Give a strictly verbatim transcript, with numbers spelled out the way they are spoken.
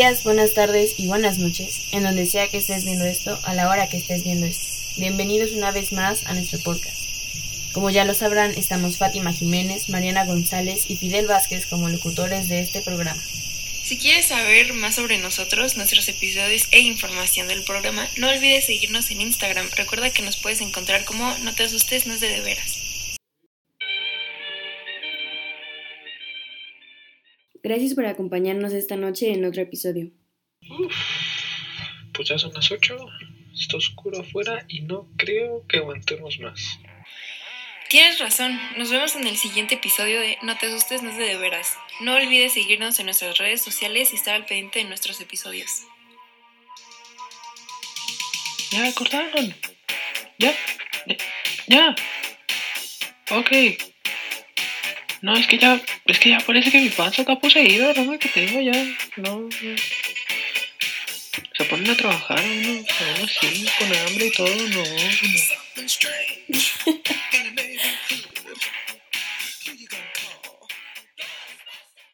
días, buenas tardes y buenas noches, en donde sea que estés viendo esto, a la hora que estés viendo esto. Bienvenidos una vez más a nuestro podcast. Como ya lo sabrán, estamos Fátima Jiménez, Mariana González y Fidel Vázquez como locutores de este programa. Si quieres saber más sobre nosotros, nuestros episodios e información del programa, no olvides seguirnos en Instagram. Recuerda que nos puedes encontrar como No te asustes, no es de de veras. Gracias por acompañarnos esta noche en otro episodio. Uf, pues ya son las ocho, está oscuro afuera y no creo que aguantemos más. Tienes razón, nos vemos en el siguiente episodio de No te asustes, no es de de veras. No olvides seguirnos en nuestras redes sociales y estar al pendiente de nuestros episodios. Ya cortaron. Ya. Ya. Ok. No, es que ya, es que ya parece que mi panza está poseída, no me que tengo ya. No, no. Se ponen a trabajar uno, uno así, con hambre y todo, no. no.